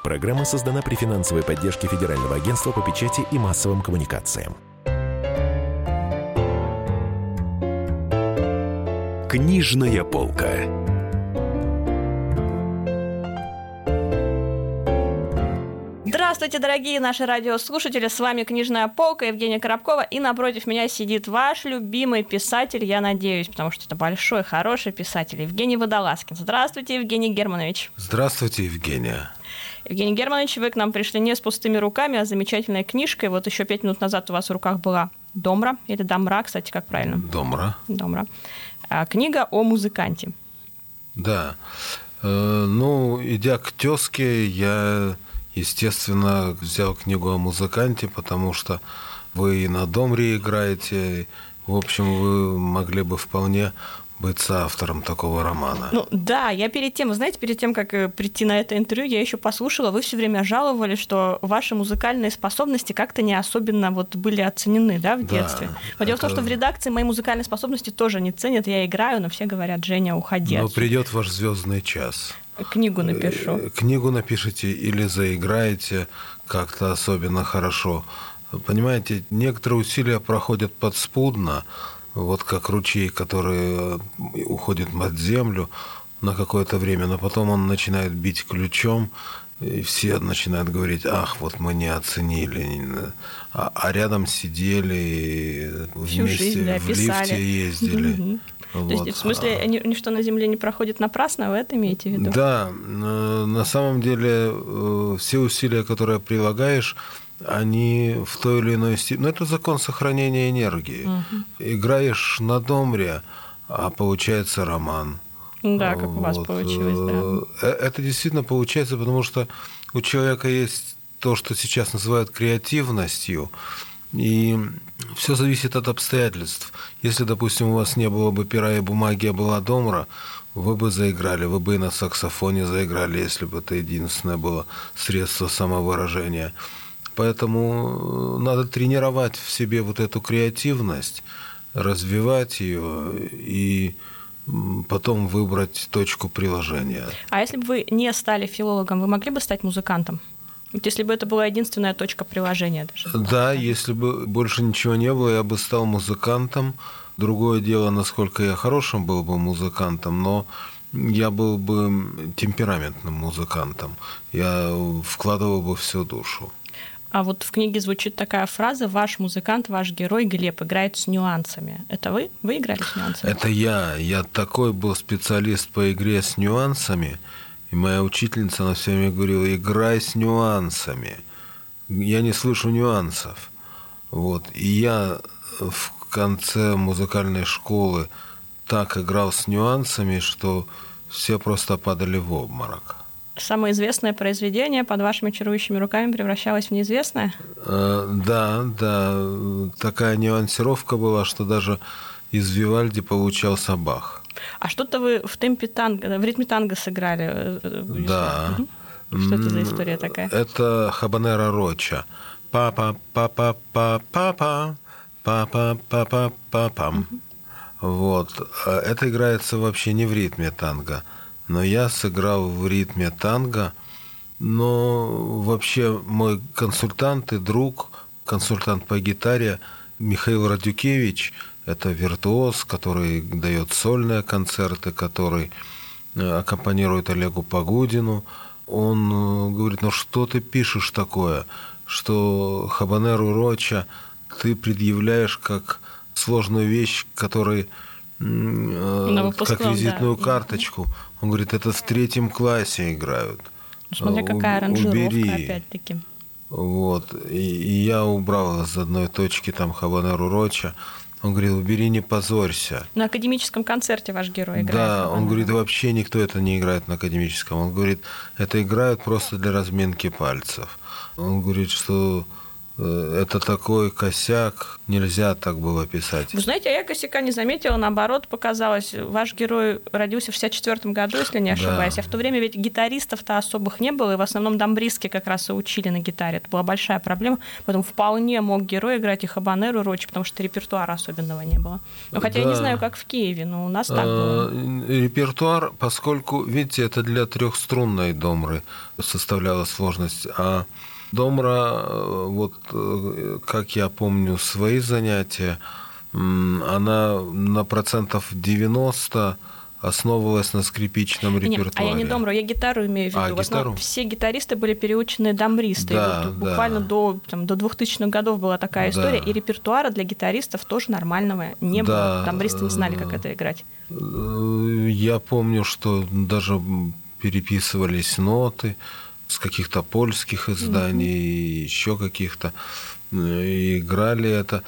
Программа создана при финансовой поддержке Федерального агентства по печати и массовым коммуникациям. Книжная полка. Здравствуйте, дорогие наши радиослушатели, с вами «Книжная полка», Евгения Коробкова, и напротив меня сидит ваш любимый писатель, я надеюсь, потому что это большой, хороший писатель, Евгений Водолазкин. Здравствуйте, Евгений Германович. Здравствуйте, Евгения. Евгений Германович, вы к нам пришли не с пустыми руками, а с замечательной книжкой. Вот еще 5 минут назад у вас в руках была «Домра», или «Домра», кстати, как правильно? «Домра». «Домра». Книга о музыканте. Да. Идя к тезке, я, естественно, взял книгу о музыканте, потому что вы и на домре играете. В общем, вы могли бы вполне быть соавтором такого романа. Да, я перед тем, как прийти на это интервью, я еще послушала, вы все время жаловались, что ваши музыкальные способности как-то не особенно были оценены, да, в детстве. Но дело в том, что в редакции мои музыкальные способности тоже не ценят, я играю, но все говорят: Женя, уходи. Но придет ваш звездный час. Книгу напишу. Книгу напишите или заиграете как-то особенно хорошо. Понимаете, некоторые усилия проходят подспудно, вот как ручей, который уходит под землю на какое-то время, но потом он начинает бить ключом, и все начинают говорить: ах, вот мы не оценили. А рядом сидели, и вместе в лифте ездили. Вот. То есть, в смысле, ничто на Земле не проходит напрасно, вы это имеете в виду? Да, на самом деле все усилия, которые прилагаешь, они в той или иной степени... Но это закон сохранения энергии. Играешь на домре, а получается роман. Да, как у вас получилось, да. Это действительно получается, потому что у человека есть то, что сейчас называют креативностью, и все зависит от обстоятельств. Если, допустим, у вас не было бы пера и бумаги, а была домра, вы бы заиграли, вы бы и на саксофоне заиграли, если бы это единственное было средство самовыражения. Поэтому надо тренировать в себе вот эту креативность, развивать ее и потом выбрать точку приложения. А если бы вы не стали филологом, вы могли бы стать музыкантом? Вот если бы это была единственная точка приложения даже. Да, если бы больше ничего не было, я бы стал музыкантом. Другое дело, насколько я хорошим был бы музыкантом, но я был бы темпераментным музыкантом. Я вкладывал бы всю душу. А вот в книге звучит такая фраза: ваш музыкант, ваш герой Глеб играет с нюансами. Это вы? Вы играли с нюансами? Это я. Я такой был специалист по игре с нюансами. И моя учительница, она все время говорила: играй с нюансами. Я не слышу нюансов. Вот. И я в конце музыкальной школы так играл с нюансами, что все просто падали в обморок. Самое известное произведение под вашими чарующими руками превращалось в неизвестное? Да. Такая нюансировка была, что даже из Вивальди получался Бах. А что-то вы в темпе танго, в ритме танго сыграли? Да. Что это за история такая? Это хабанера роча. Папа, папа, папа, папа, папа, папа, папа. Вот. Это играется вообще не в ритме танго. Но я сыграл в ритме танго. Но вообще мой консультант и друг, консультант по гитаре Михаил Радюкевич, это виртуоз, который дает сольные концерты, который аккомпанирует Олегу Погудину. Он говорит: ну что ты пишешь такое, что хабанеру роча ты предъявляешь как сложную вещь, которой как визитную карточку. Он говорит: это в 3 классе играют. Смотря какая аранжировка, опять-таки. Вот. И я убрал из одной точки там хабанеру роча. Он говорит: убери, не позорься. На академическом концерте ваш герой играет. Да, он говорит: вообще никто это не играет на академическом. Он говорит: это играют просто для разминки пальцев. Он говорит, что это такой косяк, нельзя так было писать. Вы знаете, я косяка не заметила, наоборот, показалось, ваш герой родился в 1964 году, если не ошибаюсь, а в то время ведь гитаристов-то особых не было, и в основном дамбристки как раз и учили на гитаре, это была большая проблема, поэтому вполне мог герой играть и хабанеру, и рочи, потому что репертуара особенного не было. Ну, хотя я не знаю, как в Киеве, но у нас так было. Репертуар, поскольку, видите, это для трехструнной домры, составляла сложность. А домра, вот как я помню свои занятия, она на 90% основывалась на скрипичном репертуаре. А я не домру, я гитару имею в виду. В основном все гитаристы были переученные домбристы. Да, вот буквально до 2000-х годов была такая история, и репертуара для гитаристов тоже нормального не было. Домбристы не знали, как это играть. Я помню, что даже переписывались ноты с каких-то польских изданий, еще каких-то. И играли это.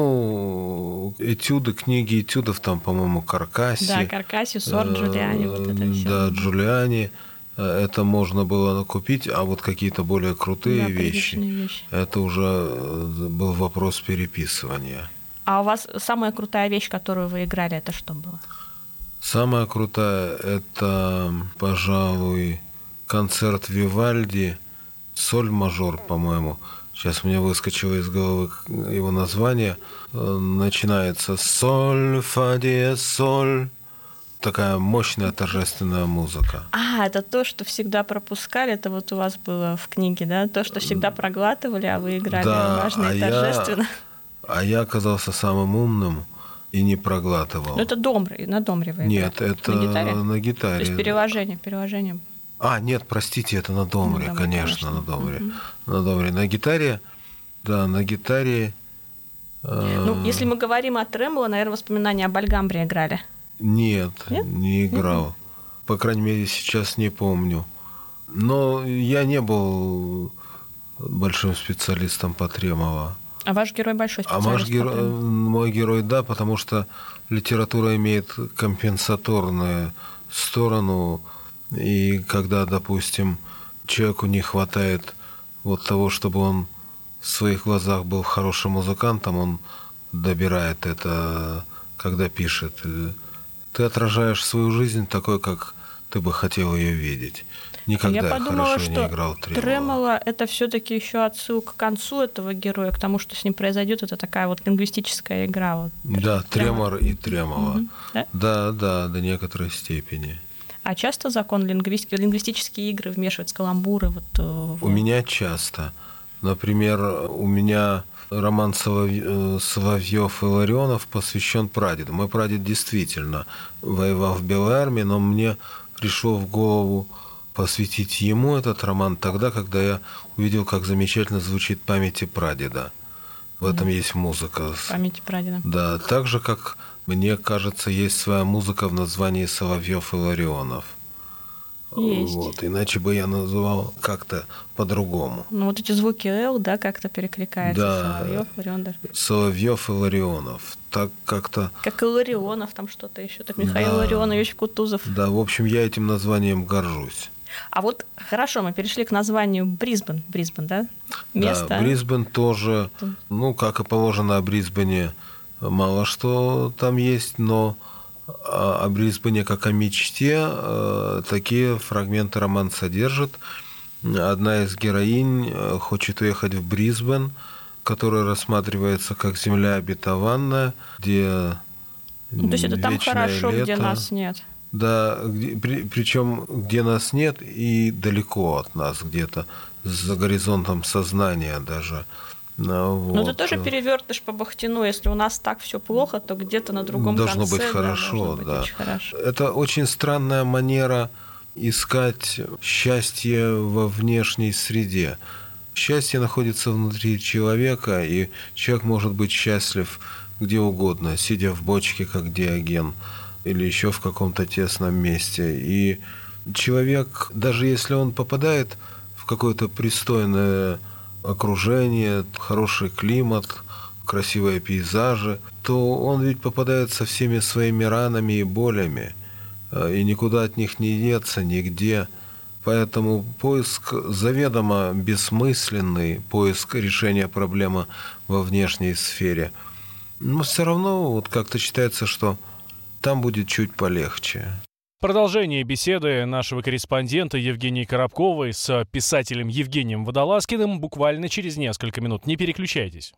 Ну, этюды, книги этюдов, там, по-моему, Каркаси. Да, Каркаси, Сор, Джулиани, вот это все. Да, Джулиани. Это можно было купить, а вот какие-то более крутые вещи, это уже был вопрос переписывания. А у вас самая крутая вещь, которую вы играли, это что было? Самая крутая, это, пожалуй, концерт Вивальди, соль-мажор, по-моему. Сейчас мне выскочило из головы его название. Начинается соль, фа, диез, соль. Такая мощная торжественная музыка. Это то, что всегда пропускали, это вот у вас было в книге, да? То, что всегда проглатывали, а вы играли важно и торжественно. Я оказался самым умным и не проглатывал. Ну, это на домре вы играли? Нет, это на гитаре. То есть переложение. Нет, простите, это на домре, конечно, на домре. На домре. На гитаре, на гитаре... если мы говорим о тремоло, наверное, воспоминания об Альгамбре играли. Нет, не играл. По крайней мере, сейчас не помню. Но я не был большим специалистом по тремоло. А ваш герой большой специалист? Мой герой, да, потому что литература имеет компенсаторную сторону. И когда, допустим, человеку не хватает вот того, чтобы он в своих глазах был хорошим музыкантом, он добирает это, когда пишет. Ты отражаешь свою жизнь такой, как ты бы хотел ее видеть. Никогда я подумала, хорошо не играл тремоло. Тремоло – это все-таки еще отсылка к концу этого героя, к тому, что с ним произойдет. Это такая вот лингвистическая игра. Вот, тремор и тремоло. Да, до некоторой степени. А часто закон лингвистические игры вмешивать каламбуры? У меня часто. Например, у меня роман Соловьев и Ларионов посвящен прадеду. Мой прадед действительно воевал в Белой армии, но мне пришло в голову посвятить ему этот роман тогда, когда я увидел, как замечательно звучит «Памяти прадеда». В этом есть музыка. «Памяти прадеда». Да, так же, как, мне кажется, есть своя музыка в названии Соловьев и Ларионов. Есть. Иначе бы я называл как-то по-другому. Вот эти звуки «л», да, как-то перекликаются. Да. Соловьев, Ларионов. Соловьев и Ларионов. Так как-то... Как и Ларионов, там что-то еще. Так Михаил Ларионович Кутузов. Да, в общем, я этим названием горжусь. А вот хорошо, мы перешли к названию Брисбен. Брисбен, да? Место. Да, Брисбен тоже, как и положено о Брисбене, мало что там есть, но о Брисбене как о мечте такие фрагменты роман содержит. Одна из героинь хочет уехать в Брисбен, который рассматривается как земля обетованная, где то есть это там хорошо, лето. Где нас нет. Да, причем где нас нет и далеко от нас, где-то за горизонтом сознания даже. Но это тоже перевертыш по Бахтину. Если у нас так все плохо, то где-то на другом должно конце быть хорошо, должно быть очень хорошо. Это очень странная манера искать счастье во внешней среде. Счастье находится внутри человека, и человек может быть счастлив где угодно, сидя в бочке, как Диоген, или еще в каком-то тесном месте. И человек, даже если он попадает в какое-то пристойное окружение, хороший климат, красивые пейзажи, то он ведь попадает со всеми своими ранами и болями, и никуда от них не деться, нигде. Поэтому поиск заведомо бессмысленный, поиск решения проблемы во внешней сфере. Но все равно как-то считается, что там будет чуть полегче. Продолжение беседы нашего корреспондента Евгении Коробковой с писателем Евгением Водолазкиным буквально через несколько минут. Не переключайтесь.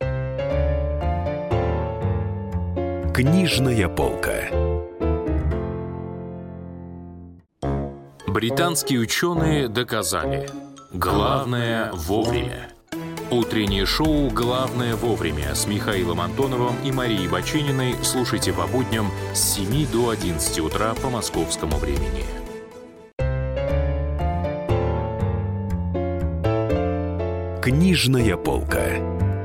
Книжная полка. Британские ученые доказали: главное вовремя. Утреннее шоу «Главное вовремя» с Михаилом Антоновым и Марией Бачининой слушайте по будням с 7 до 11 утра по московскому времени. Книжная полка.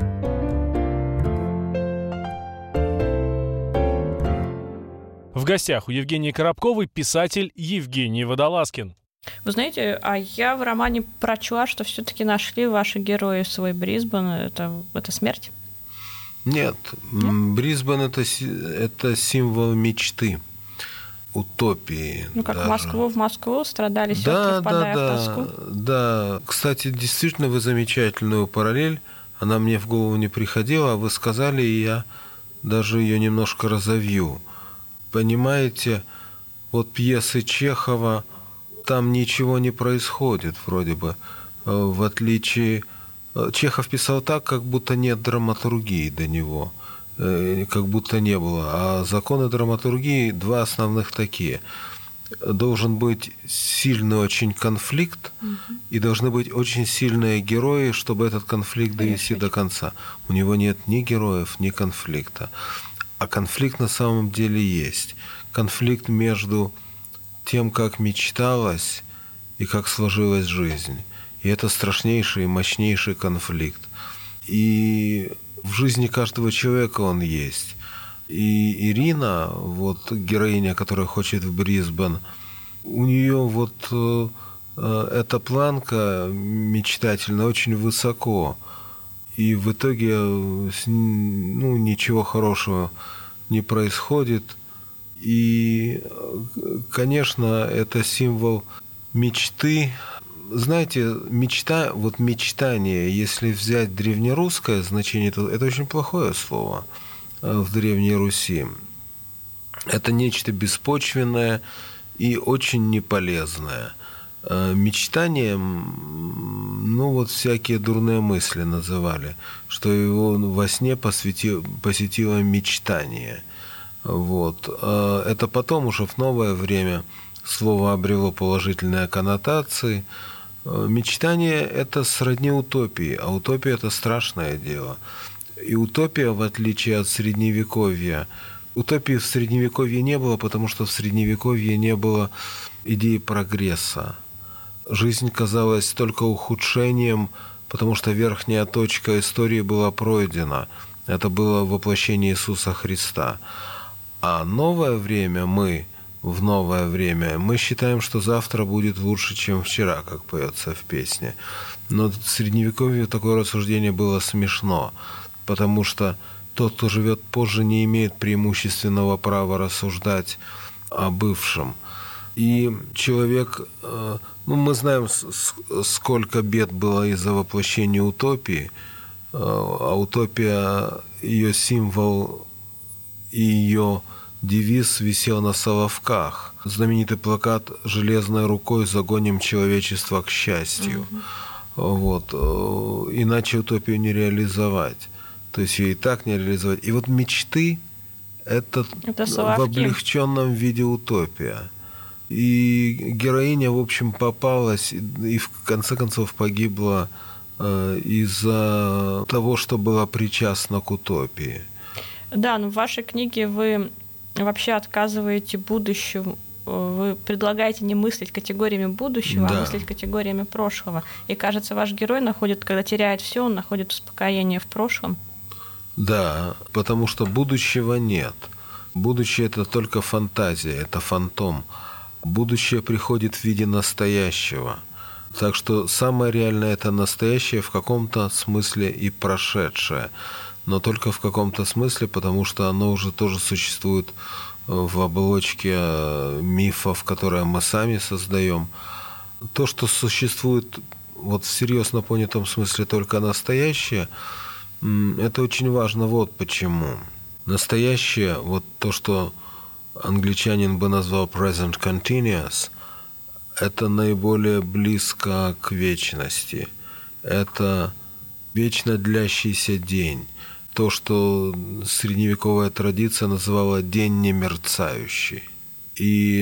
В гостях у Евгении Коробковой писатель Евгений Водолазкин. Вы знаете, а я в романе прочла, что все-таки нашли ваши герои свой Брисбен. Это смерть? Нет. Брисбен это символ мечты, утопии. Ну, как даже. в Москву страдали сестры, впадая в тоску. Да. Кстати, действительно, вы замечательную параллель. Она мне в голову не приходила, а вы сказали, и я даже ее немножко разовью. Понимаете, вот пьесы Чехова, там ничего не происходит вроде бы. В отличие... Чехов писал так, как будто нет драматургии до него. Как будто не было. А законы драматургии два основных такие. Должен быть сильный очень конфликт, и должны быть очень сильные герои, чтобы этот конфликт довести до конца. У него нет ни героев, ни конфликта. А конфликт на самом деле есть. Конфликт между тем, как мечталось, и как сложилась жизнь. И это страшнейший и мощнейший конфликт. И в жизни каждого человека он есть. И Ирина, вот героиня, которая хочет в Брисбен, у нее вот эта планка мечтательная очень высоко. И в итоге ничего хорошего не происходит. И, конечно, это символ мечты. Знаете, мечта, вот мечтание, если взять древнерусское значение, то это очень плохое слово в Древней Руси. Это нечто беспочвенное и очень неполезное. Мечтанием, всякие дурные мысли называли, что его во сне посетило мечтание. Вот. Это потом уже в новое время слово обрело положительные коннотации. Мечтание – это сродни утопии, а утопия – это страшное дело. И утопия, в отличие от Средневековья, утопии в Средневековье не было, потому что в Средневековье не было идеи прогресса. Жизнь казалась только ухудшением, потому что верхняя точка истории была пройдена. Это было воплощение Иисуса Христа. А новое время, в новое время, мы считаем, что завтра будет лучше, чем вчера, как поется в песне. Но в Средневековье такое рассуждение было смешно, потому что тот, кто живет позже, не имеет преимущественного права рассуждать о бывшем. И человек, мы знаем, сколько бед было из-за воплощения утопии, а утопия, ее символ и ее девиз висел на Соловках. Знаменитый плакат «Железной рукой загоним человечество к счастью». Вот. Иначе утопию не реализовать. То есть ее и так не реализовать. И вот мечты – это в облегченном виде утопия. И героиня, в общем, попалась и в конце концов погибла из-за того, что была причастна к утопии. Да, но в вашей книге вы вообще отказываете будущему. Вы предлагаете не мыслить категориями будущего, а мыслить категориями прошлого. И, кажется, ваш герой когда теряет все, он находит успокоение в прошлом. Да, потому что будущего нет. Будущее – это только фантазия, это фантом. Будущее приходит в виде настоящего. Так что самое реальное – это настоящее, в каком-то смысле и прошедшее. Но только в каком-то смысле, потому что оно уже тоже существует в оболочке мифов, которые мы сами создаем. То, что существует в серьезно понятом смысле только настоящее, это очень важно вот почему. Настоящее, то, что англичанин бы назвал present continuous, это наиболее близко к вечности. Это вечно длящийся день. То, что средневековая традиция называла «день немерцающий». И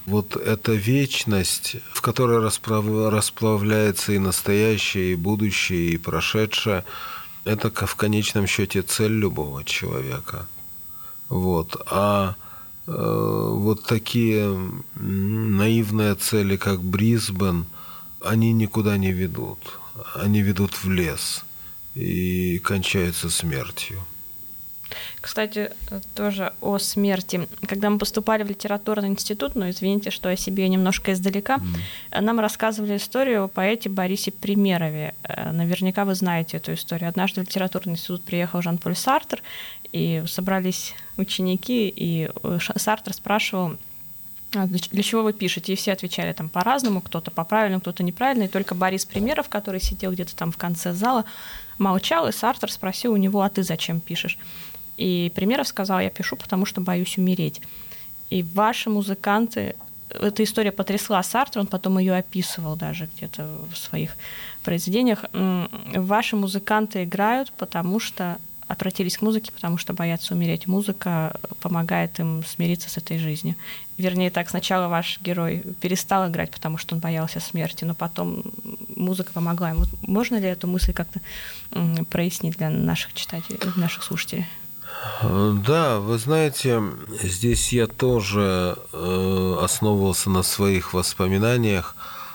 Вот эта вечность, в которой расплавляется и настоящее, и будущее, и прошедшее, это в конечном счете цель любого человека. Вот. А вот такие наивные цели, как Брисбен, они никуда не ведут. Они ведут в лес и кончаются смертью. Кстати, тоже о смерти. Когда мы поступали в литературный институт, извините, что о себе немножко издалека, нам рассказывали историю о поэте Борисе Примерове. Наверняка вы знаете эту историю. Однажды в литературный институт приехал Жан-Поль Сартр, и собрались ученики, и Сартр спрашивал: для чего вы пишете? И все отвечали там по-разному, кто-то по-правильному, кто-то неправильно, и только Борис Примеров, который сидел где-то там в конце зала, молчал, и Сартр спросил у него: а ты зачем пишешь? И Примеров сказал: я пишу, потому что боюсь умереть. И ваши музыканты... Эта история потрясла Сартра, он потом ее описывал даже где-то в своих произведениях. Ваши музыканты играют, потому что обратились к музыке, потому что боятся умереть. Музыка помогает им смириться с этой жизнью. Вернее, так, сначала ваш герой перестал играть, потому что он боялся смерти, но потом музыка помогла ему. Можно ли эту мысль как-то прояснить для наших читателей, наших слушателей? Да, вы знаете, здесь я тоже основывался на своих воспоминаниях,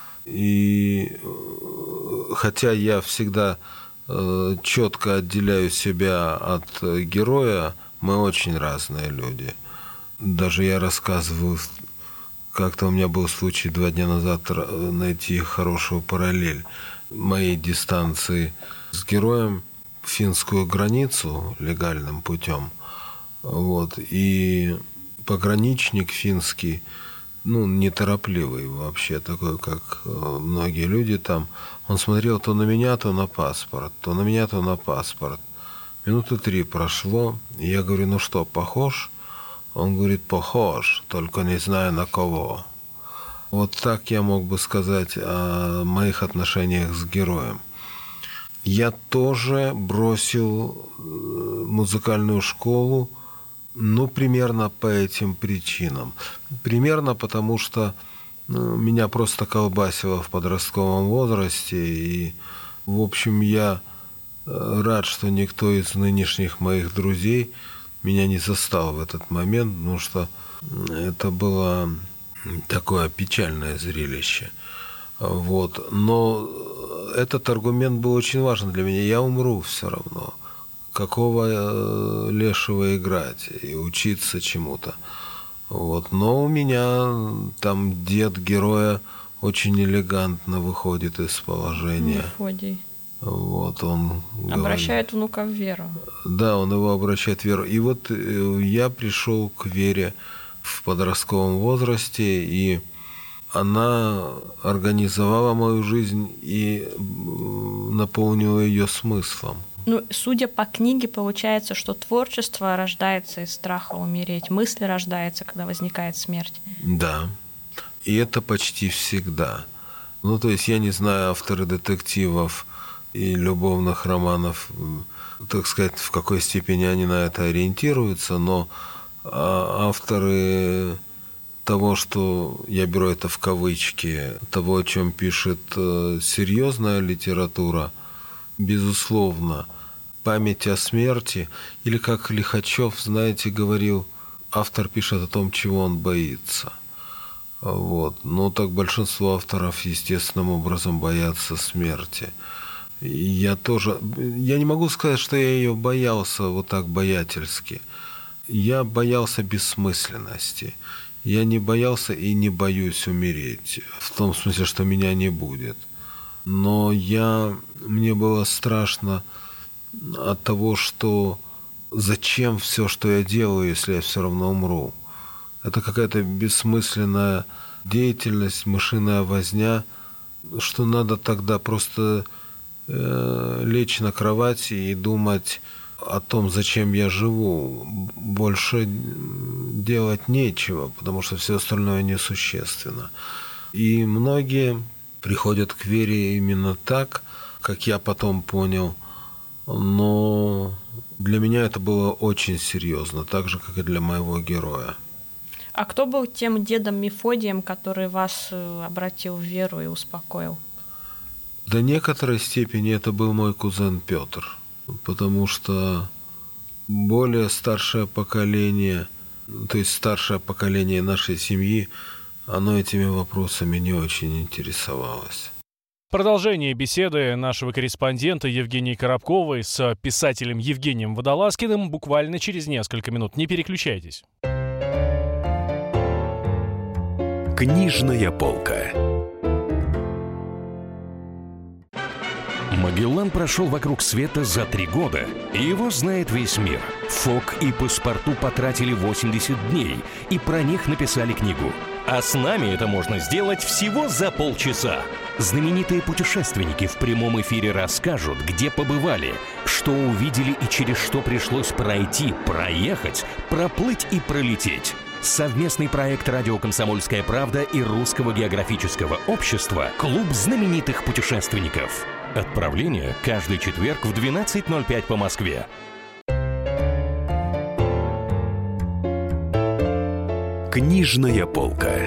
и хотя я всегда четко отделяю себя от героя, мы очень разные люди. Даже я рассказываю, как-то у меня был случай 2 дня назад найти хорошую параллель моей дистанции с героем, финскую границу легальным путем. Вот. И пограничник финский, неторопливый вообще, такой, как многие люди там, он смотрел то на меня, то на паспорт, то на меня, то на паспорт. Минуты 3 прошло, и я говорю: ну что, похож? Он говорит: похож, только не знаю на кого. Вот так я мог бы сказать о моих отношениях с героем. Я тоже бросил музыкальную школу, примерно по этим причинам. Примерно потому, что меня просто колбасило в подростковом возрасте. И, в общем, я рад, что никто из нынешних моих друзей меня не застал в этот момент, потому что это было такое печальное зрелище. Вот. Но этот аргумент был очень важен для меня. Я умру все равно. Какого лешего играть и учиться чему-то. Вот. Но у меня там дед героя очень элегантно выходит из положения. Мефодий. Вот он обращает внука в веру. Да, он его обращает в веру. И вот я пришел к вере в подростковом возрасте, и она организовала мою жизнь и наполнила ее смыслом. Судя по книге, получается, что творчество рождается из страха умереть, мысль рождается, когда возникает смерть. Да, и это почти всегда. То есть я не знаю, авторы детективов и любовных романов, так сказать, в какой степени они на это ориентируются, но авторы того, что, я беру это в кавычки, того, о чем пишет серьезная литература, безусловно, память о смерти, или как Лихачев, знаете, говорил, автор пишет о том, чего он боится. Вот. Так большинство авторов естественным образом боятся смерти. Я не могу сказать, что я ее боялся вот так боятельски. Я боялся бессмысленности. Я не боялся и не боюсь умереть. В том смысле, что меня не будет. Но мне было страшно от того, что зачем все, что я делаю, если я все равно умру. Это какая-то бессмысленная деятельность, мышиная возня, что надо тогда просто лечь на кровати и думать о том, зачем я живу. Больше делать нечего, потому что все остальное несущественно. И многие приходят к вере именно так, как я потом понял. Но для меня это было очень серьезно, так же, как и для моего героя. А кто был тем дедом Мефодием, который вас обратил в веру и успокоил? До некоторой степени это был мой кузен Петр, потому что более старшее поколение, то есть старшее поколение нашей семьи, оно этими вопросами не очень интересовалось. Продолжение беседы нашего корреспондента Евгении Коробковой с писателем Евгением Водолазкиным буквально через несколько минут. Не переключайтесь. Книжная полка. Магеллан прошел вокруг света за 3 года, и его знает весь мир. Фок и Паспарту потратили 80 дней, и про них написали книгу. А с нами это можно сделать всего за полчаса. Знаменитые путешественники в прямом эфире расскажут, где побывали, что увидели и через что пришлось пройти, проехать, проплыть и пролететь. Совместный проект «Радио Комсомольская правда» и Русского географического общества «Клуб знаменитых путешественников». Отправление каждый четверг в 12:05 по Москве. Книжная полка.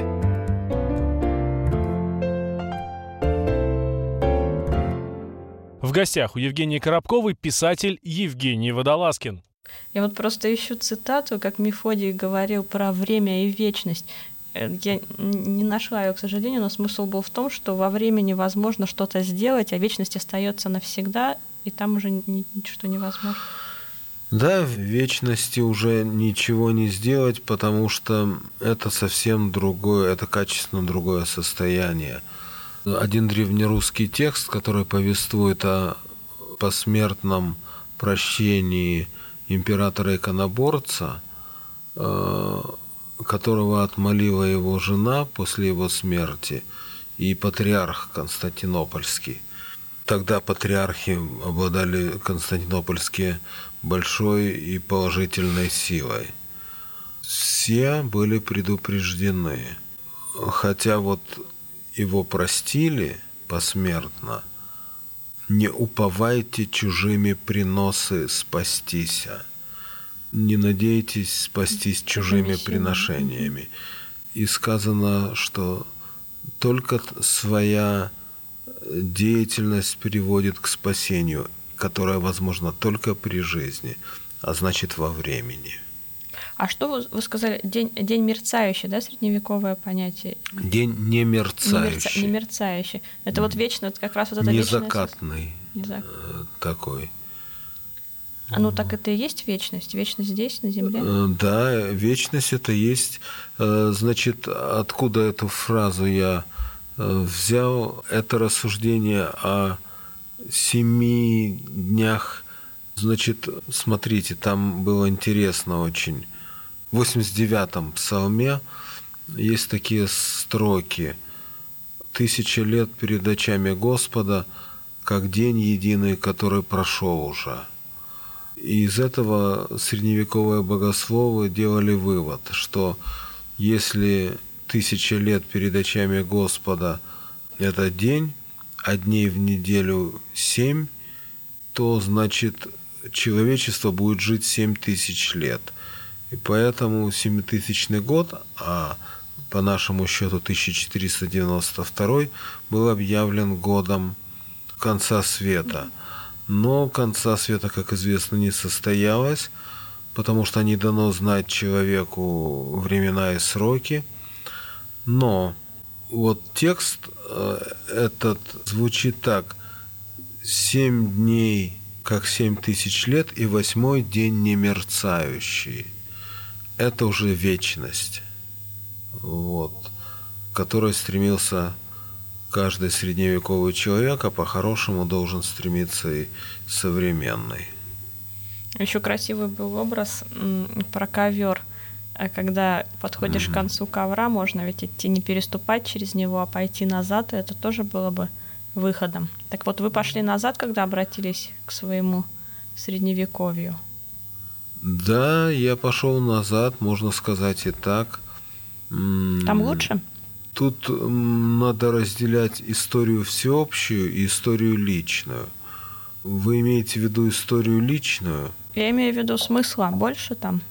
В гостях у Евгении Коробковой писатель Евгений Водолазкин. Я вот просто ищу цитату, как Мефодий говорил про время и вечность. Я не нашла ее, к сожалению, но смысл был в том, что во времени возможно что-то сделать, а вечность остается навсегда, и там уже ничто невозможно. Да, в вечности уже ничего не сделать, потому что это совсем другое, это качественно другое состояние. Один древнерусский текст, который повествует о посмертном прощении императора-иконоборца, которого отмолила его жена после его смерти, и патриарх Константинопольский. Тогда патриархи обладали константинопольские большой и положительной силой. Все были предупреждены. Хотя вот его простили посмертно, не уповайте чужими приносы спастися. Не надейтесь спастись чужими приношениями. И сказано, что только своя деятельность приводит к спасению, которое возможно только при жизни, а значит во времени. А что вы сказали? День мерцающий, да, средневековое понятие? День не мерцающий. Не мерцающий. Это вот вечно, это как раз вот это вечное. Незакатный такой. Ну, так это и есть вечность? Вечность здесь, на земле? Да, вечность это есть. Значит, откуда эту фразу я взял? Это рассуждение о 7 днях. Значит, смотрите, там было интересно очень. В 89-м псалме есть такие строки. 1000 лет перед очами Господа, как день единый, который прошел уже. И из этого средневековые богословы делали вывод, что если 1000 лет перед очами Господа – это день, а дней в неделю 7, то, значит, человечество будет жить 7000 лет. И поэтому 7000 год, а по нашему счету 1492, был объявлен годом конца света. Но конца света, как известно, не состоялось, потому что не дано знать человеку времена и сроки. Но вот текст этот звучит так: 7 дней, как 7000 лет, и 8-й день немерцающий. Это уже вечность, вот, к которой стремился каждый средневековый человек, а по-хорошему должен стремиться и современный. Еще красивый был образ про ковер. Когда подходишь к концу ковра, можно ведь идти не переступать через него, а пойти назад, и это тоже было бы выходом. Так вот, вы пошли назад, когда обратились к своему средневековью? Да, я пошел назад, можно сказать и так. Там лучше? Тут надо разделять историю всеобщую и историю личную. Вы имеете в виду историю личную? Я имею в виду смысла больше там.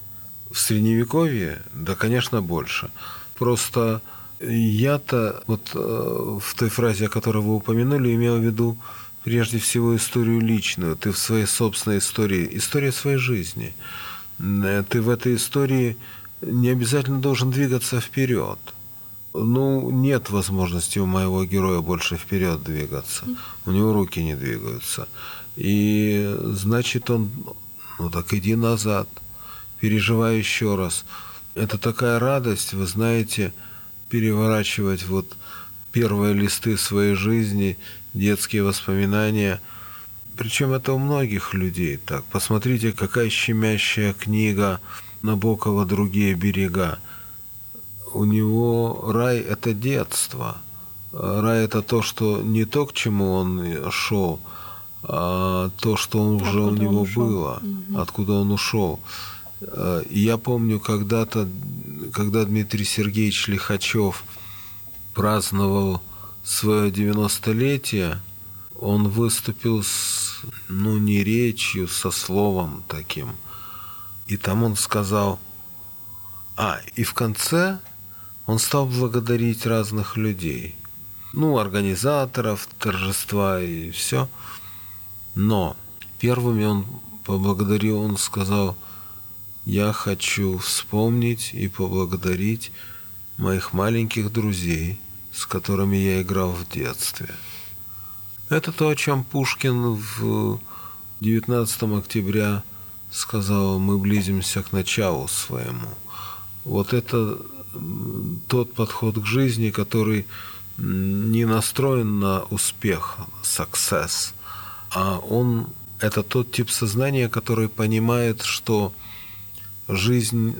В Средневековье, да, конечно, больше. Просто я-то вот в той фразе, о которой вы упомянули, имел в виду прежде всего историю личную. Ты в своей собственной истории, история своей жизни. Ты в этой истории не обязательно должен двигаться вперед. Ну, нет возможности у моего героя больше вперед двигаться. У него руки не двигаются. И значит, он, ну так иди назад, переживай еще раз. Это такая радость, вы знаете, переворачивать вот первые листы своей жизни, детские воспоминания. Причем это у многих людей так. Посмотрите, какая щемящая книга Набокова «Другие берега». У него рай – это детство. Рай – это то, что не то, к чему он шел, а то, что он уже у него было, откуда он ушел. И я помню когда-то, когда Дмитрий Сергеевич Лихачев праздновал свое 90-летие, он выступил с, ну, не речью, со словом таким. И там он сказал... и в конце он стал благодарить разных людей. Ну, организаторов торжества и все. Но первыми он поблагодарил, он сказал: я хочу вспомнить и поблагодарить моих маленьких друзей, с которыми я играл в детстве. Это то, о чем Пушкин в 19 октября сказал: мы близимся к началу своему. Вот это тот подход к жизни, который не настроен на успех, success, а это тот тип сознания, который понимает, что жизнь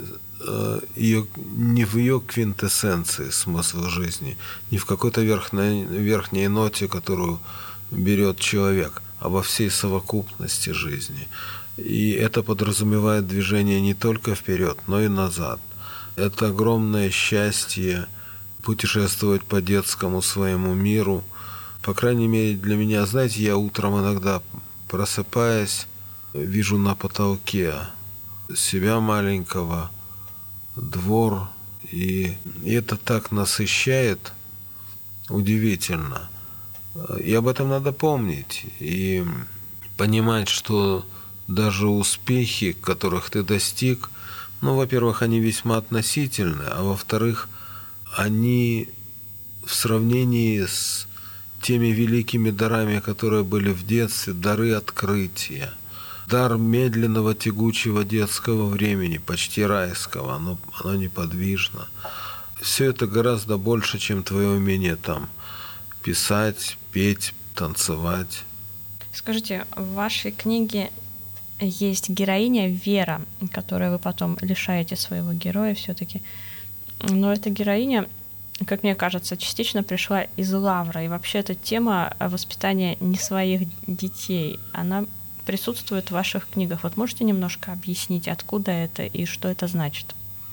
не в ее квинтэссенции, смысл жизни, не в какой-то верхней ноте, которую берет человек, а во всей совокупности жизни. И это подразумевает движение не только вперед, но и назад. Это огромное счастье путешествовать по детскому своему миру. По крайней мере, для меня, знаете, я утром иногда, просыпаясь, вижу на потолке себя маленького, двор, и это так насыщает, удивительно. И об этом надо помнить и понимать, что даже успехи, которых ты достиг, ну, во-первых, они весьма относительны, а во-вторых, они в сравнении с теми великими дарами, которые были в детстве, дары открытия, дар медленного, тягучего детского времени, почти райского, оно неподвижно. Все это гораздо больше, чем твое умение там писать, петь, танцевать. Скажите, в вашей книге есть героиня Вера, которой вы потом лишаете своего героя все-таки. Но эта героиня, как мне кажется, частично пришла из Лавры. И вообще эта тема воспитания не своих детей, она присутствует в ваших книгах. Вот можете немножко объяснить, откуда это и что это значит?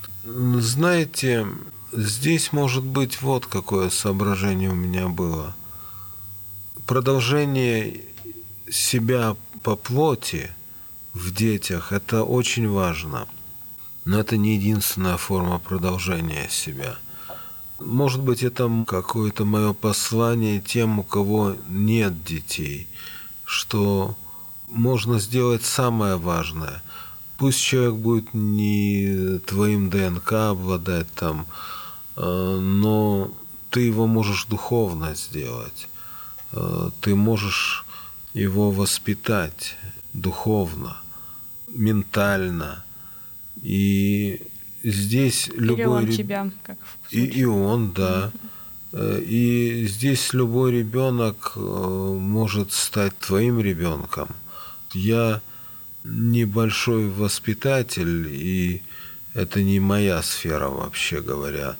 Знаете, здесь может быть вот какое соображение у меня было. Продолжение себя по плоти в детях – это очень важно. Но это не единственная форма продолжения себя. Может быть, это какое-то мое послание тем, у кого нет детей, что можно сделать самое важное. Пусть человек будет не твоим ДНК обладать там, но ты его можешь духовно сделать. Ты можешь его воспитать духовно, ментально. И здесь любой... Или он тебя, как в случае. И он, да. И здесь любой ребенок может стать твоим ребенком. Я небольшой воспитатель, и это не моя сфера, вообще говоря.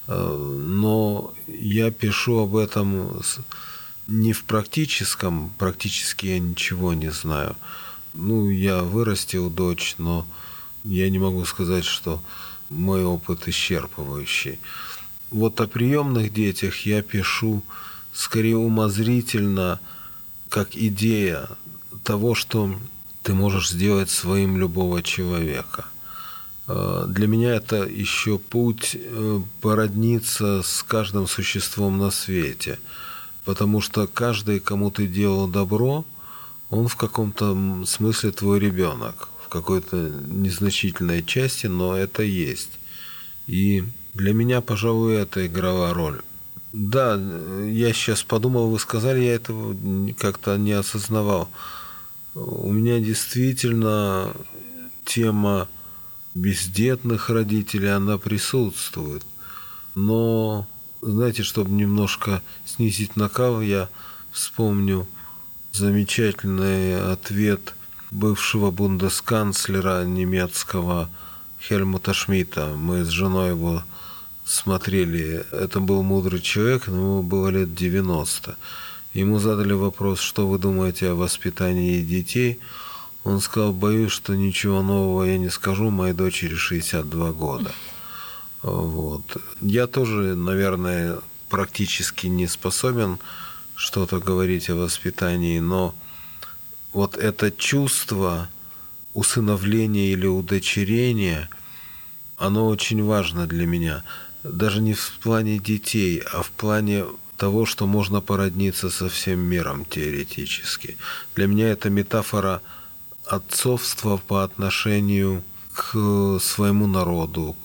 Но я пишу об этом не в практическом, практически я ничего не знаю. Ну, я вырастил дочь, но я не могу сказать, что мой опыт исчерпывающий. Вот о приемных детях я пишу скорее умозрительно, как идея того, что ты можешь сделать своим любого человека. Для меня это еще путь породниться с каждым существом на свете. Потому что каждый, кому ты делал добро, он в каком-то смысле твой ребенок. В какой-то незначительной части, но это есть. И для меня, пожалуй, это играла роль. Да, я сейчас подумал, вы сказали, я этого как-то не осознавал. У меня действительно тема бездетных родителей, она присутствует. Но, знаете, чтобы немножко снизить накал, я вспомню замечательный ответ бывшего бундесканцлера немецкого Хельмута Шмидта. Мы с женой его смотрели. Это был мудрый человек, но ему было лет 90. Ему задали вопрос, что вы думаете о воспитании детей. Он сказал, боюсь, что ничего нового я не скажу, моей дочери 62 года. Вот. Я тоже, наверное, практически не способен что-то говорить о воспитании, но вот это чувство усыновления или удочерения, оно очень важно для меня. Даже не в плане детей, а в плане того, что можно породниться со всем миром теоретически. Для меня это метафора отцовства по отношению к своему народу,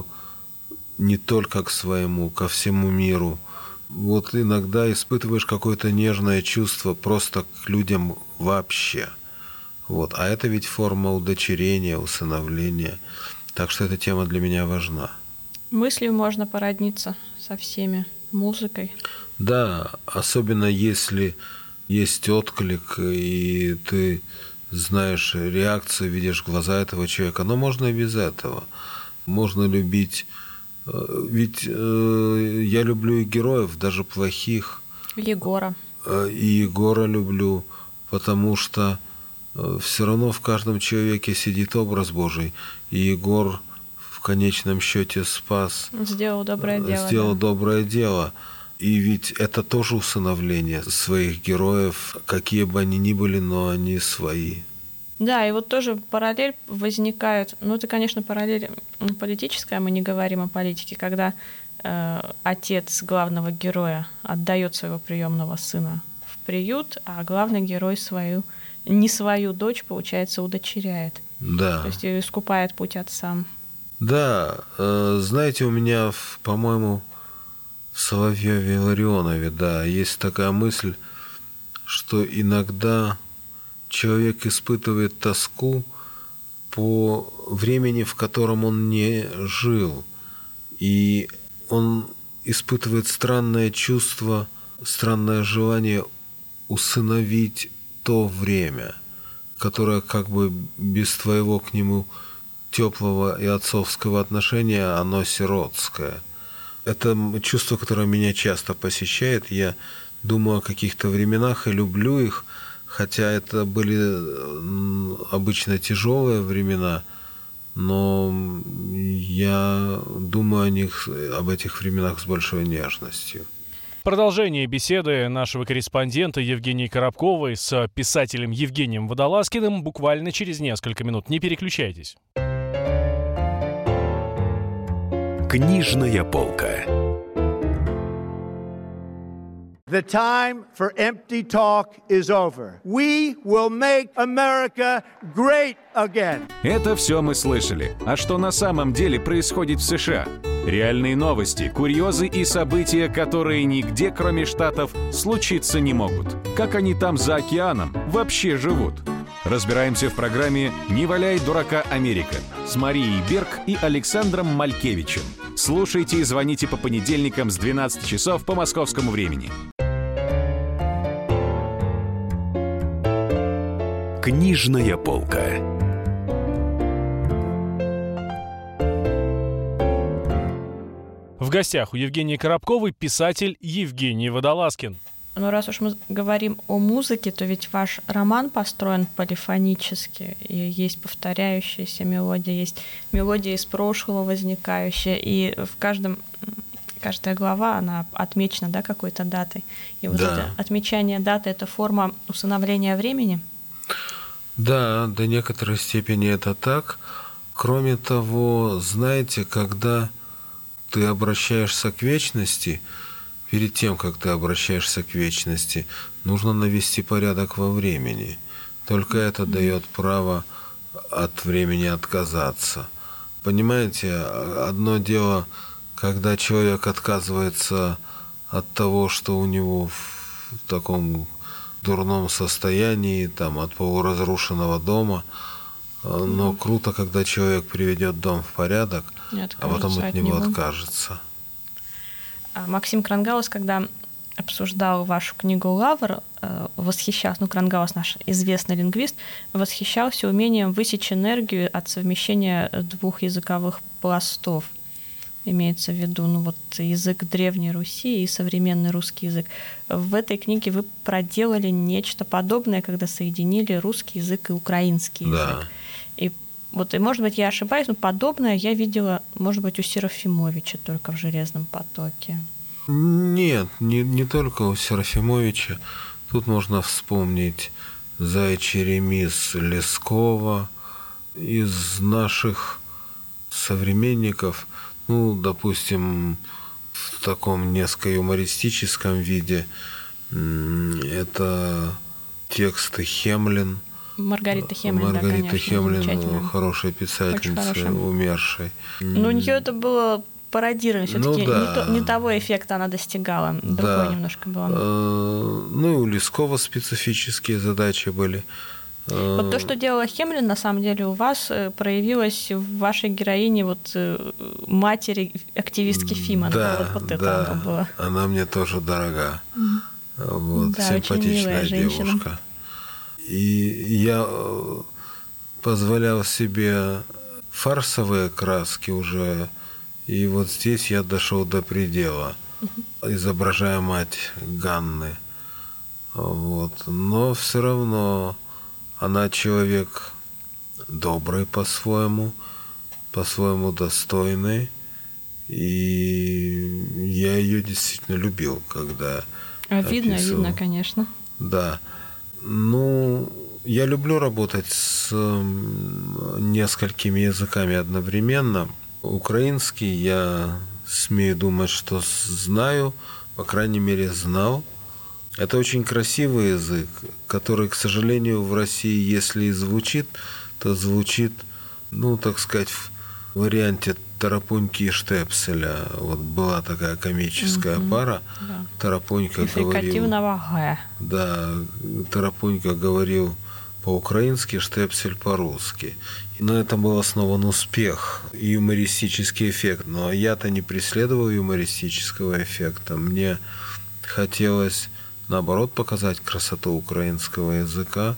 не только к своему, ко всему миру. Вот иногда испытываешь какое-то нежное чувство просто к людям вообще. Вот. А это ведь форма удочерения, усыновления. Так что эта тема для меня важна. Мыслью можно породниться со всеми, музыкой. Да, особенно если есть отклик, и ты знаешь реакцию, видишь глаза этого человека. Но можно и без этого. Можно любить. Ведь я люблю и героев, даже плохих. Егора. И Егора люблю, потому что все равно в каждом человеке сидит образ Божий. И Егор в конечном счете спас. Сделал доброе дело. Сделал доброе дело. И ведь это тоже усыновление своих героев, какие бы они ни были, но они свои. Да, и вот тоже параллель возникает, ну это, конечно, параллель политическая, мы не говорим о политике, когда отец главного героя отдает своего приемного сына в приют, а главный герой не свою дочь, получается, удочеряет. Да. То есть искупает путь отцам. Да, знаете, у меня, по-моему, в Соловьеве Илларионове, да, есть такая мысль, что иногда человек испытывает тоску по времени, в котором он не жил. И он испытывает странное чувство, странное желание усыновить то время, которое как бы без твоего к нему теплого и отцовского отношения, оно сиротское. Это чувство, которое меня часто посещает. Я думаю о каких-то временах и люблю их, хотя это были обычно тяжелые времена, но я думаю об этих временах с большой нежностью. Продолжение беседы нашего корреспондента Евгении Коробковой с писателем Евгением Водолазкиным буквально через несколько минут. Не переключайтесь. Книжная полка. The time for empty talk is over. We will make America great again. Это все мы слышали. А что на самом деле происходит в США? Реальные новости, курьезы и события, которые нигде, кроме Штатов, случиться не могут. Как они там за океаном вообще живут? Разбираемся в программе «Не валяй дурака, Америка» с Марией Берг и Александром Малькевичем. Слушайте и звоните по понедельникам с 12 часов по московскому времени. Книжная полка. В гостях у Евгении Коробковой писатель Евгений Водолазкин. Но раз уж мы говорим о музыке, то ведь ваш роман построен полифонически, и есть повторяющиеся мелодии, есть мелодии из прошлого возникающие, и в каждая глава, она отмечена, да, какой-то датой. И вот это отмечание даты — это форма усыновления времени? Да, до некоторой степени это так. Кроме того, знаете, когда ты обращаешься к вечности, перед тем, как ты обращаешься к вечности, нужно навести порядок во времени. Только это дает право от времени отказаться. Понимаете, одно дело, когда человек отказывается от того, что у него в таком дурном состоянии, там, от полуразрушенного дома, но круто, когда человек приведет дом в порядок, а потом от него откажется. Максим Крангаус, когда обсуждал вашу книгу «Лавр», восхищался, Крангаус наш известный лингвист, восхищался умением высечь энергию от совмещения двух языковых пластов. Имеется в виду язык Древней Руси и современный русский язык. В этой книге вы проделали нечто подобное, когда соединили русский язык и украинский язык. И может быть, я ошибаюсь, но подобное я видела, может быть, у Серафимовича только в «Железном потоке». Нет, не только у Серафимовича. Тут можно вспомнить «Заячий ремис» Лескова. Из наших современников, допустим, в таком несколько юмористическом виде, это тексты Хемлин. Маргарита Хемлин, Маргарита Хемлин, хорошая писательница, умершей. Но у нее это было пародирование, все-таки не того эффекта она достигала, другое немножко было. И у Лескова специфические задачи были. Вот то, что делала Хемлин, на самом деле у вас проявилось в вашей героине матери активистки ФИМа. Это оно было. Она мне тоже дорога. Симпатичная девушка. И я позволял себе фарсовые краски уже, и здесь я дошел до предела, изображая мать Ганны. Но все равно она человек добрый по-своему достойный, и я ее действительно любил, когда видно, описывал. Видно, конечно. Да. Я люблю работать с несколькими языками одновременно. Украинский я смею думать, что знаю, по крайней мере, знал. Это очень красивый язык, который, к сожалению, в России, если и звучит, то звучит, так сказать, в варианте Тарапуньки и Штепселя. Была такая комическая пара. Да. Тарапунька говорил... Г. Да, Тарапунька говорил по-украински, Штепсель по-русски. Но это был основан успех и юмористический эффект. Но я-то не преследовал юмористического эффекта. Мне хотелось, наоборот, показать красоту украинского языка.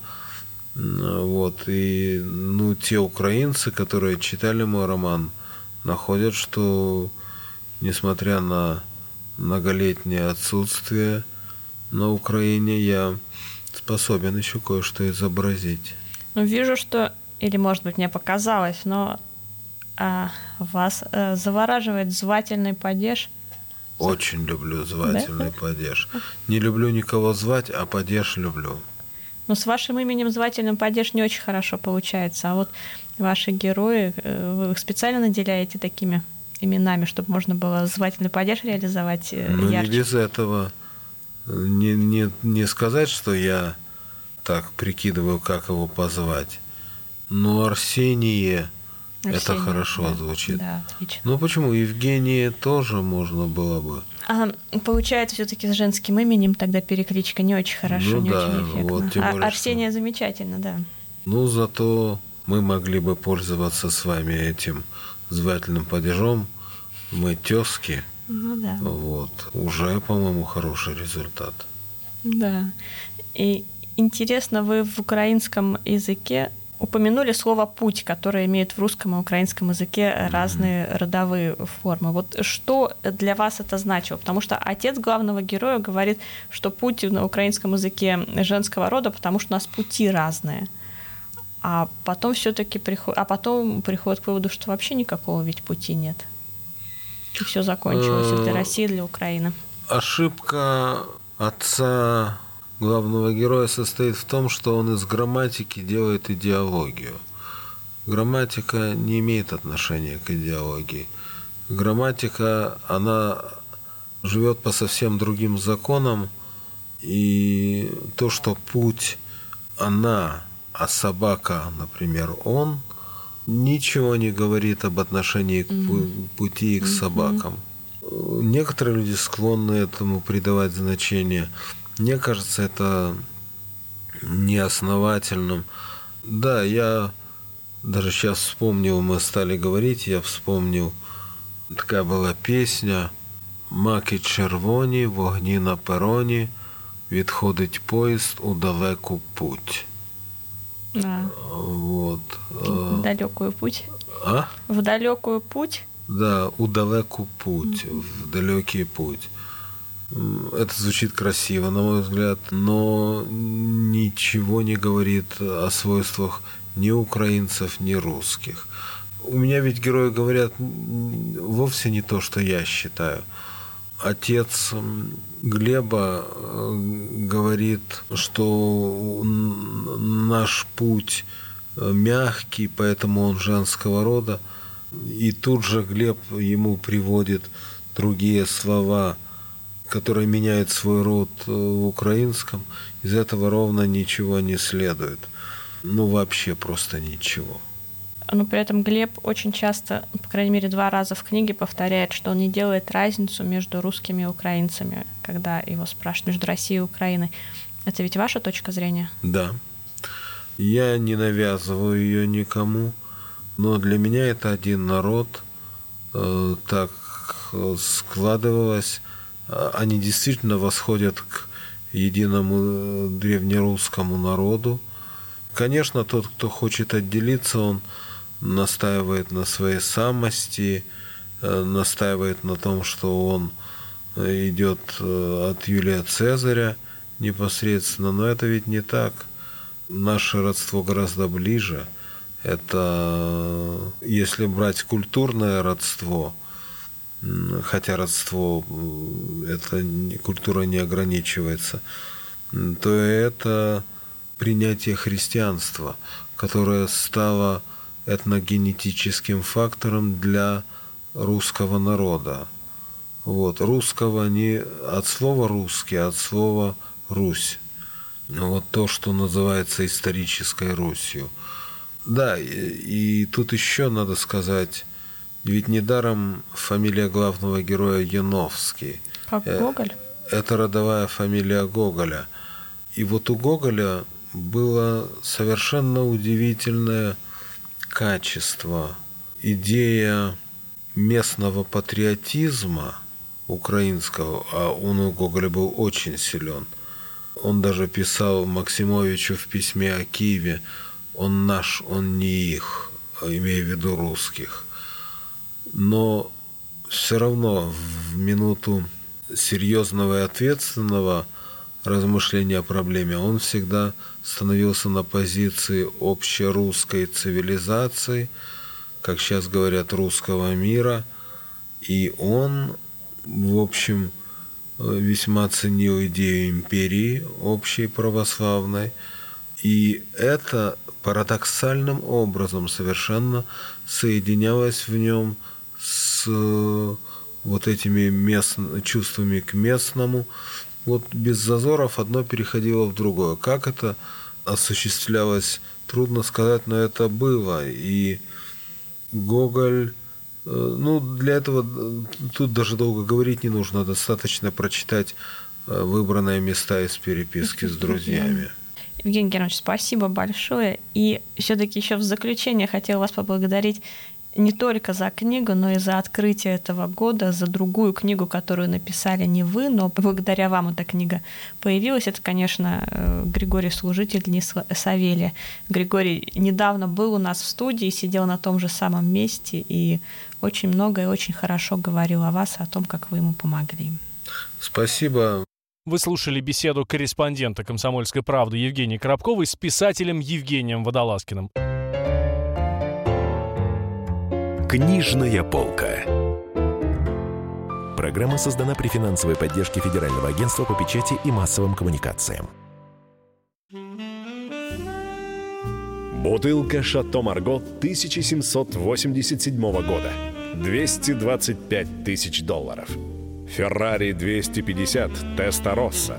И те украинцы, которые читали мой роман, находят, что, несмотря на многолетнее отсутствие на Украине, я способен еще кое-что изобразить. Вижу, что, или, может быть, мне показалось, но вас завораживает звательный падеж. Очень люблю звательный падеж. Не люблю никого звать, а падеж люблю. С вашим именем звательным падеж не очень хорошо получается, а ваши герои, вы их специально наделяете такими именами, чтобы можно было звательный падеж реализовать ярче? Не без этого. Не сказать, что я так прикидываю, как его позвать. Но Арсение это хорошо звучит. Да, отлично. Почему? Евгения тоже можно было бы. Получается, все-таки с женским именем тогда перекличка не очень хорошо, не очень эффектно. Арсения замечательно, да. Зато мы могли бы пользоваться с вами этим звательным падежом. Мы тёзки. Да. Уже, по-моему, хороший результат. Да. И интересно, вы в украинском языке упомянули слово «путь», которое имеет в русском и украинском языке разные родовые формы. Что для вас это значило? Потому что отец главного героя говорит, что путь на украинском языке женского рода, потому что у нас пути разные. А потом приходит к выводу, что вообще никакого ведь пути нет. И все закончилось и для России, и для Украины. Ошибка отца главного героя состоит в том, что он из грамматики делает идеологию. Грамматика не имеет отношения к идеологии. Грамматика, она живет по совсем другим законам, и то, что путь она, а собака, например, он, ничего не говорит об отношении к пути и к собакам. Некоторые люди склонны этому придавать значение. Мне кажется, это неосновательным. Да, я даже сейчас вспомнил, мы стали говорить, я вспомнил, такая была песня «Маки червоні, вогні на пероні, відходить поїзд у далеку путь». Да. Вот. В далекую путь. А? В далекую путь? Да, у далеку путь, в далекий путь. Это звучит красиво, на мой взгляд, но ничего не говорит о свойствах ни украинцев, ни русских. У меня ведь герои говорят вовсе не то, что я считаю. Отец Глеба говорит, что наш путь мягкий, поэтому он женского рода. И тут же Глеб ему приводит другие слова, которые меняют свой род в украинском. Из этого ровно ничего не следует. Ну, вообще просто ничего. Но при этом Глеб очень часто, по крайней мере, 2 раза в книге повторяет, что он не делает разницу между русскими и украинцами, когда его спрашивают между Россией и Украиной. Это ведь ваша точка зрения? Да. Я не навязываю ее никому, но для меня это один народ. Так складывалось. Они действительно восходят к единому древнерусскому народу. Конечно, тот, кто хочет отделиться, он настаивает на своей самости, настаивает на том, что он идет от Юлия Цезаря непосредственно, но это ведь не так. Наше родство гораздо ближе. Это, если брать культурное родство, хотя родство, это культура не ограничивается, то это принятие христианства, которое стало этногенетическим фактором для русского народа. Вот. Русского не от слова «русский», а от слова «Русь». Вот то, что называется исторической Русью. Да, и тут еще надо сказать, ведь недаром фамилия главного героя Яновский. Как Гоголь? Это родовая фамилия Гоголя. И вот у Гоголя было совершенно удивительное качество, идея местного патриотизма украинского, а он у Гоголя был очень силен. Он даже писал Максимовичу в письме о Киеве: «Он наш, он не их», имея в виду русских. Но все равно в минуту серьезного и ответственного размышления о проблеме он всегда становился на позиции общерусской цивилизации, как сейчас говорят, русского мира. И он, в общем, весьма ценил идею империи общей православной. И это парадоксальным образом совершенно соединялось в нем с вот этими чувствами к местному. Вот без зазоров одно переходило в другое. Как это осуществлялось, трудно сказать, но это было. И Гоголь, для этого тут даже долго говорить не нужно, достаточно прочитать выбранные места из переписки с друзьями. Евгений Германович, спасибо большое. И все-таки еще в заключение хотела вас поблагодарить не только за книгу, но и за открытие этого года, за другую книгу, которую написали не вы, но благодаря вам эта книга появилась. Это, конечно, Григорий Служитель Денис Савелия. Григорий недавно был у нас в студии, сидел на том же самом месте и очень много и очень хорошо говорил о вас, о том, как вы ему помогли. Спасибо. Вы слушали беседу корреспондента «Комсомольской правды» Евгении Коробковой с писателем Евгением Водолазкиным. Книжная полка. Программа создана при финансовой поддержке Федерального агентства по печати и массовым коммуникациям. Бутылка «Шато Марго» 1787 года. $225 тысяч. Феррари 250 Теста-Росса,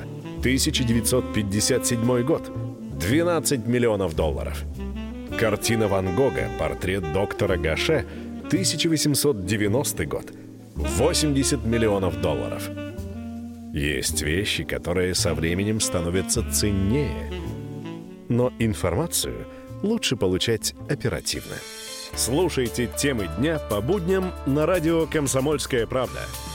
1957 год. $12 миллионов. Картина Ван Гога «Портрет доктора Гаше», 1890 год. $80 миллионов. Есть вещи, которые со временем становятся ценнее. Но информацию лучше получать оперативно. Слушайте темы дня по будням на радио «Комсомольская правда».